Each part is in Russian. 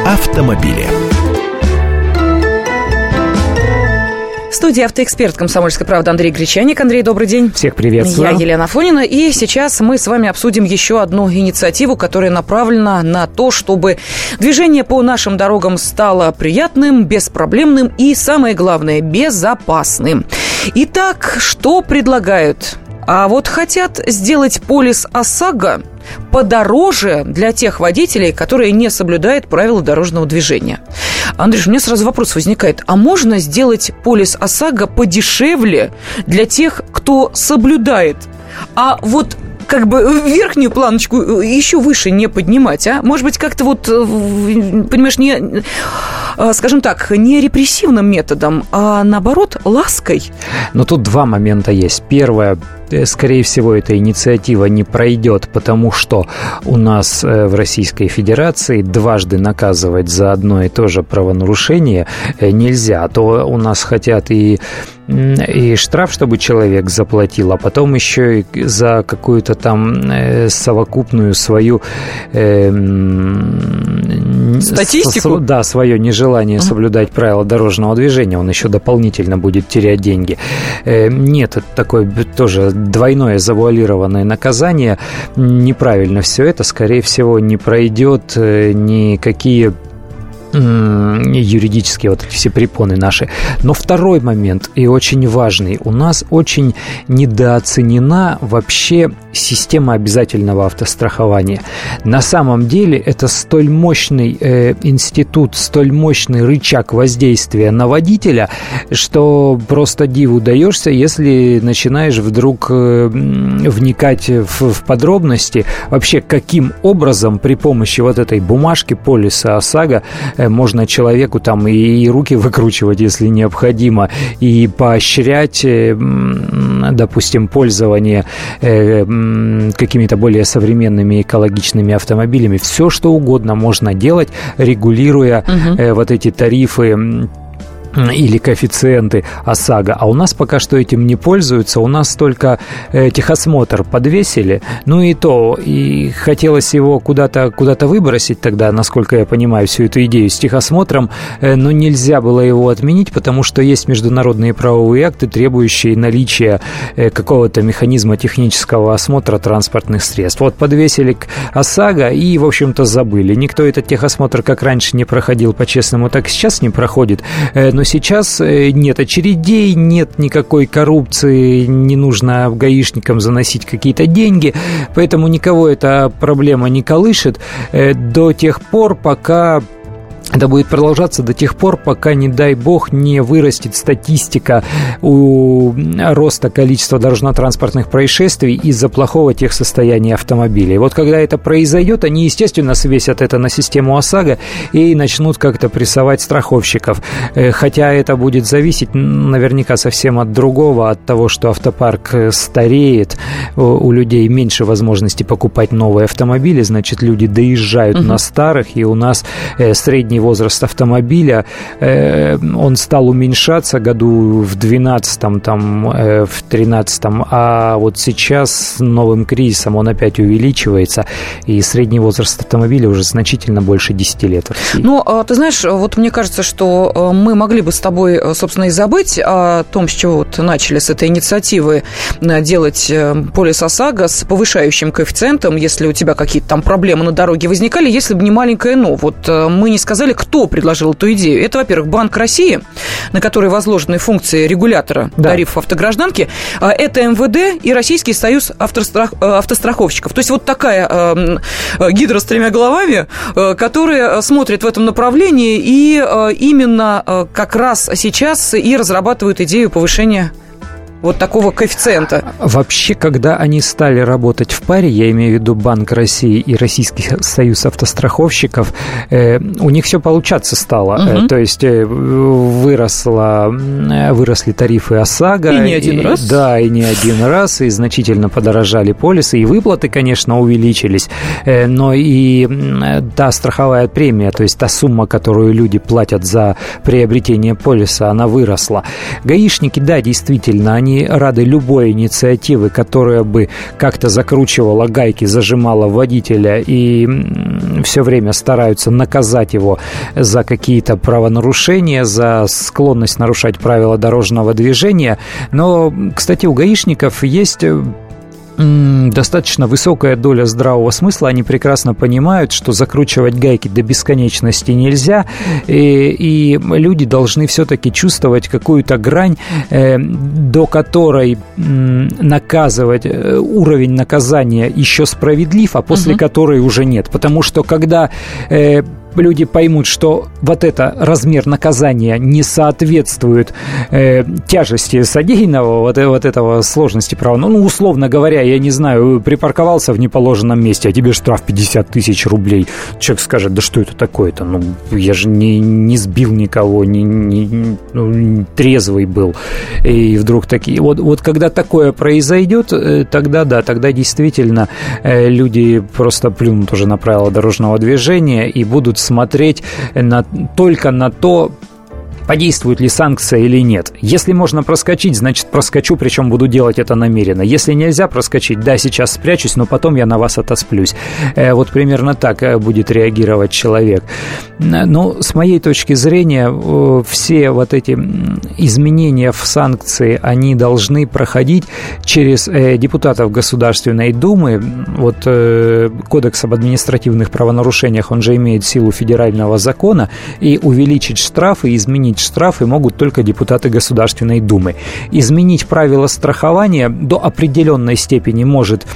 автомобили. В студии автоэксперт «Комсомольской правды» Андрей Гречаник. Андрей, добрый день. Всех приветствую. Я Елена Афонина. И сейчас мы с вами обсудим еще одну инициативу, которая направлена на то, чтобы движение по нашим дорогам стало приятным, беспроблемным и, самое главное, безопасным. Итак, что предлагают? А вот хотят сделать полис ОСАГО подороже для тех водителей, которые не соблюдают правила дорожного движения. Андрюш, у меня сразу вопрос возникает. А можно сделать полис ОСАГО подешевле для тех, кто соблюдает? А вот как бы верхнюю планочку еще выше не поднимать, а? Может быть, как-то вот, понимаешь, не, скажем так, не репрессивным методом, а наоборот, лаской? Но тут два момента есть. Первое, скорее всего, эта инициатива не пройдет, потому что у нас в Российской Федерации дважды наказывать за одно и то же правонарушение нельзя. А то у нас хотят и штраф, чтобы человек заплатил, а потом еще и за какую-то там совокупную свою статистику? Да, свое нежелание соблюдать правила дорожного движения, он еще дополнительно будет терять деньги. Нет, это такое тоже двойное завуалированное наказание. Неправильно все это, скорее всего, не пройдет никакие юридические вот эти все препоны наши. Но второй момент, и очень важный, у нас очень недооценена вообще система обязательного автострахования. На самом деле это столь мощный институт, столь мощный рычаг воздействия на водителя, что просто диву даешься, если начинаешь вдруг вникать в подробности, вообще каким образом при помощи вот этой бумажки полиса ОСАГО можно человеку там и руки выкручивать, если необходимо, и поощрять, допустим, пользование какими-то более современными экологичными автомобилями. Все, что угодно можно делать, регулируя вот эти тарифы или коэффициенты ОСАГО. А у нас пока что этим не пользуются. У нас только техосмотр подвесили. Ну и то. И хотелось его куда-то выбросить тогда, насколько я понимаю, всю эту идею с техосмотром. Но нельзя было его отменить, потому что есть международные правовые акты, требующие наличия какого-то механизма технического осмотра транспортных средств. Вот подвесили к ОСАГО и, в общем-то, забыли. Никто этот техосмотр, как раньше, не проходил по-честному, так и сейчас не проходит. Но сейчас нет очередей, нет никакой коррупции, не нужно гаишникам заносить какие-то деньги, поэтому никого эта проблема не колышет до тех пор, пока... Это будет продолжаться до тех пор, пока, не дай бог, не вырастет статистика у роста количества дорожно-транспортных происшествий из-за плохого техсостояния автомобилей. Вот когда это произойдет, они, естественно, свесят это на систему ОСАГО и начнут как-то прессовать страховщиков. Хотя это будет зависеть наверняка совсем от другого, от того, что автопарк стареет, у людей меньше возможности покупать новые автомобили, значит, люди доезжают на старых, и у нас средний возраст автомобиля, он стал уменьшаться году в 12-м, там, в 13-м, а вот сейчас с новым кризисом он опять увеличивается, и средний возраст автомобиля уже значительно больше 10 лет в России. Ну, ты знаешь, вот мне кажется, что мы могли бы с тобой, собственно, и забыть о том, с чего вот начали, с этой инициативы делать полис ОСАГО с повышающим коэффициентом, если у тебя какие-то там проблемы на дороге возникали, если бы не маленькое «но». Вот мы не сказали, кто предложил эту идею. Это, во-первых, Банк России, на который возложены функции регулятора тарифов автогражданки. Это МВД и Российский союз автостраховщиков. То есть вот такая гидра с тремя головами, которая смотрит в этом направлении и именно как раз сейчас и разрабатывают идею повышения вот такого коэффициента. Вообще, когда они стали работать в паре, я имею в виду Банк России и Российский союз автостраховщиков, у них все получаться стало. То есть выросли тарифы ОСАГО. И не один раз. Да, и не один раз, и значительно подорожали полисы, и выплаты, конечно, увеличились, но и та страховая премия, то есть та сумма, которую люди платят за приобретение полиса, она выросла. Гаишники, да, действительно, они рады любой инициативы, которая бы как-то закручивала гайки, зажимала водителя и все время стараются наказать его за какие-то правонарушения, за склонность нарушать правила дорожного движения. Но, кстати, у гаишников есть достаточно высокая доля здравого смысла. Они прекрасно понимают, что закручивать гайки до бесконечности нельзя, и люди должны все-таки чувствовать какую-то грань, до которой наказывать, уровень наказания еще справедлив, а после которой уже нет. Потому что когда люди поймут, что вот это размер наказания не соответствует тяжести содеянного, вот этого сложности права. Ну, условно говоря, я не знаю, припарковался в неположенном месте, а тебе штраф 50 тысяч рублей. Человек скажет, да что это такое-то? Ну, я же не сбил никого, не трезвый был. И вдруг такие... Вот когда такое произойдет, тогда да, тогда действительно люди просто плюнут уже на правила дорожного движения и будут смотреть только на то, подействует ли санкция или нет. Если можно проскочить, значит проскочу, причем буду делать это намеренно. Если нельзя проскочить, да, сейчас спрячусь, но потом я на вас отосплюсь. Вот примерно так будет реагировать человек. Но с моей точки зрения, все вот эти изменения в санкции, они должны проходить через депутатов Государственной Думы. Вот Кодекс об административных правонарушениях, он же имеет силу федерального закона, и увеличить штрафы, изменить штрафы могут только депутаты Государственной Думы. Изменить правила страхования до определенной степени может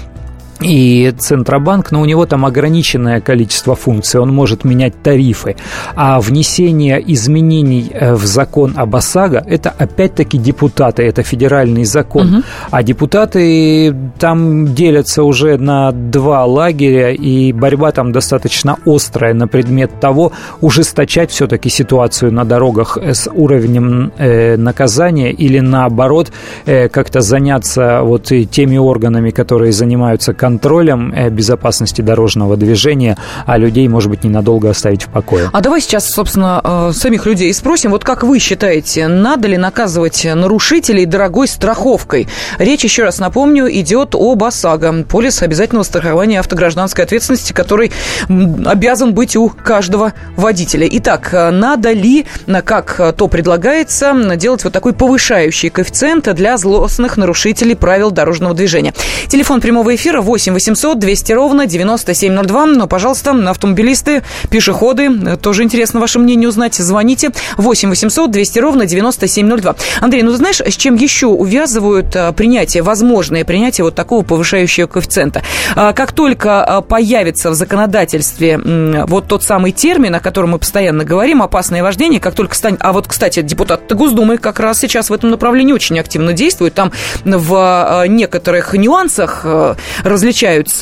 и Центробанк, но у него там ограниченное количество функций, он может менять тарифы. А внесение изменений в закон об ОСАГО – это опять-таки депутаты, это федеральный закон. А депутаты там делятся уже на два лагеря, и борьба там достаточно острая на предмет того, ужесточать все-таки ситуацию на дорогах с уровнем наказания или наоборот как-то заняться вот теми органами, которые занимаются контролем безопасности дорожного движения, а людей, может быть, ненадолго оставить в покое. А давай сейчас, собственно, самих людей спросим. Вот как вы считаете, надо ли наказывать нарушителей дорогой страховкой? Речь, еще раз напомню, идет об ОСАГО, полис обязательного страхования автогражданской ответственности, который обязан быть у каждого водителя. Итак, надо ли, как то предлагается, делать вот такой повышающий коэффициент для злостных нарушителей правил дорожного движения? Телефон прямого эфира 8 800 200 ровно 9702. Но, пожалуйста, автомобилисты, пешеходы, тоже интересно ваше мнение узнать. Звоните 8 800 200 ровно 9702. Андрей, ну ты знаешь, с чем еще увязывают возможное принятие вот такого повышающего коэффициента? Как только появится в законодательстве вот тот самый термин, о котором мы постоянно говорим, опасное вождение, как только станет... А вот, кстати, депутаты Госдумы как раз сейчас в этом направлении очень активно действуют. Там в некоторых нюансах различаются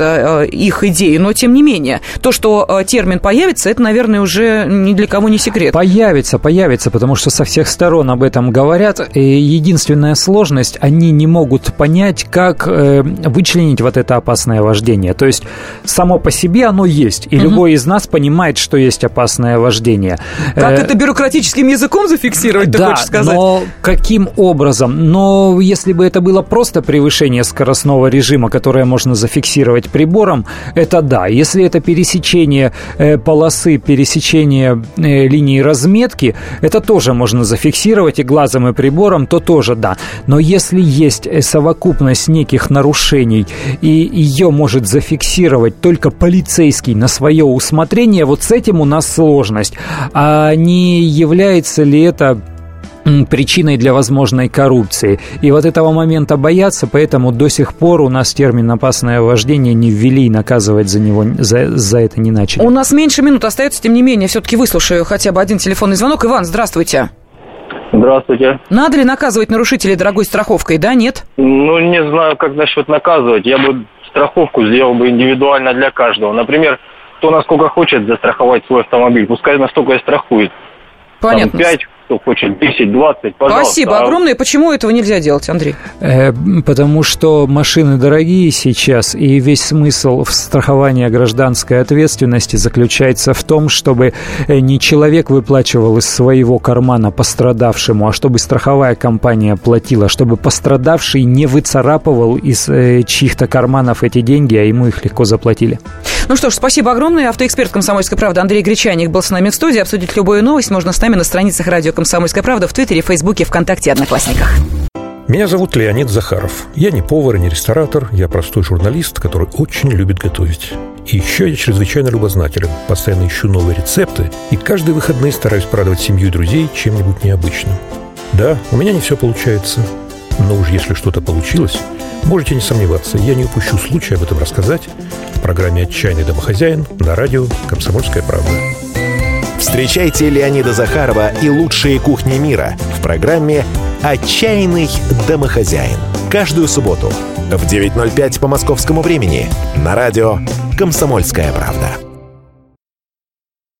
их идеи, но тем не менее, то, что термин появится, это, наверное, уже ни для кого не секрет. Появится, потому что со всех сторон об этом говорят, и единственная сложность, они не могут понять, как вычленить вот это опасное вождение. То есть, само по себе оно есть, и любой из нас понимает, что есть опасное вождение. Как это бюрократическим языком зафиксировать, ты хочешь сказать? Но каким образом? Но если бы это было просто превышение скоростного режима, которое можно зафиксировать прибором, это да. Если это пересечение полосы, пересечение линии разметки, это тоже можно зафиксировать и глазом, и прибором, то тоже да. Но если есть совокупность неких нарушений, и ее может зафиксировать только полицейский на свое усмотрение, вот с этим у нас сложность. А не является ли это причиной для возможной коррупции? И вот этого момента боятся, поэтому до сих пор у нас термин «опасное вождение» не ввели и наказывать за него за это не начали. У нас меньше минут остается, тем не менее, все-таки выслушаю хотя бы один телефонный звонок. Иван, здравствуйте. Здравствуйте. Надо ли наказывать нарушителей дорогой страховкой, да, нет? Ну, не знаю, как насчет наказывать. Я бы страховку сделал бы индивидуально для каждого. Например, кто насколько хочет застраховать свой автомобиль, пускай настолько и страхует. Понятно. Там 5, кто хочет 10, 20, пожалуйста. Спасибо огромное. Почему этого нельзя делать, Андрей? Потому что машины дорогие сейчас, и весь смысл в страховании гражданской ответственности заключается в том, чтобы не человек выплачивал из своего кармана пострадавшему, а чтобы страховая компания платила, чтобы пострадавший не выцарапывал из чьих-то карманов эти деньги, а ему их легко заплатили. Ну что ж, спасибо огромное. Автоэксперт «Комсомольской правды» Андрей Гречаник был с нами в студии. Обсудить любую новость можно с нами на страницах радио «Комсомольская правда» в Твиттере, Фейсбуке, ВКонтакте и Одноклассниках. Меня зовут Леонид Захаров. Я не повар и не ресторатор, я простой журналист, который очень любит готовить. И еще я чрезвычайно любознателен, постоянно ищу новые рецепты и каждые выходные стараюсь порадовать семью и друзей чем-нибудь необычным. Да, у меня не все получается, но уж если что-то получилось, можете не сомневаться, я не упущу случая об этом рассказать в программе «Отчаянный домохозяин» на радио «Комсомольская правда». Встречайте Леонида Захарова и лучшие кухни мира в программе «Отчаянный домохозяин». Каждую субботу в 9:05 по московскому времени на радио «Комсомольская правда».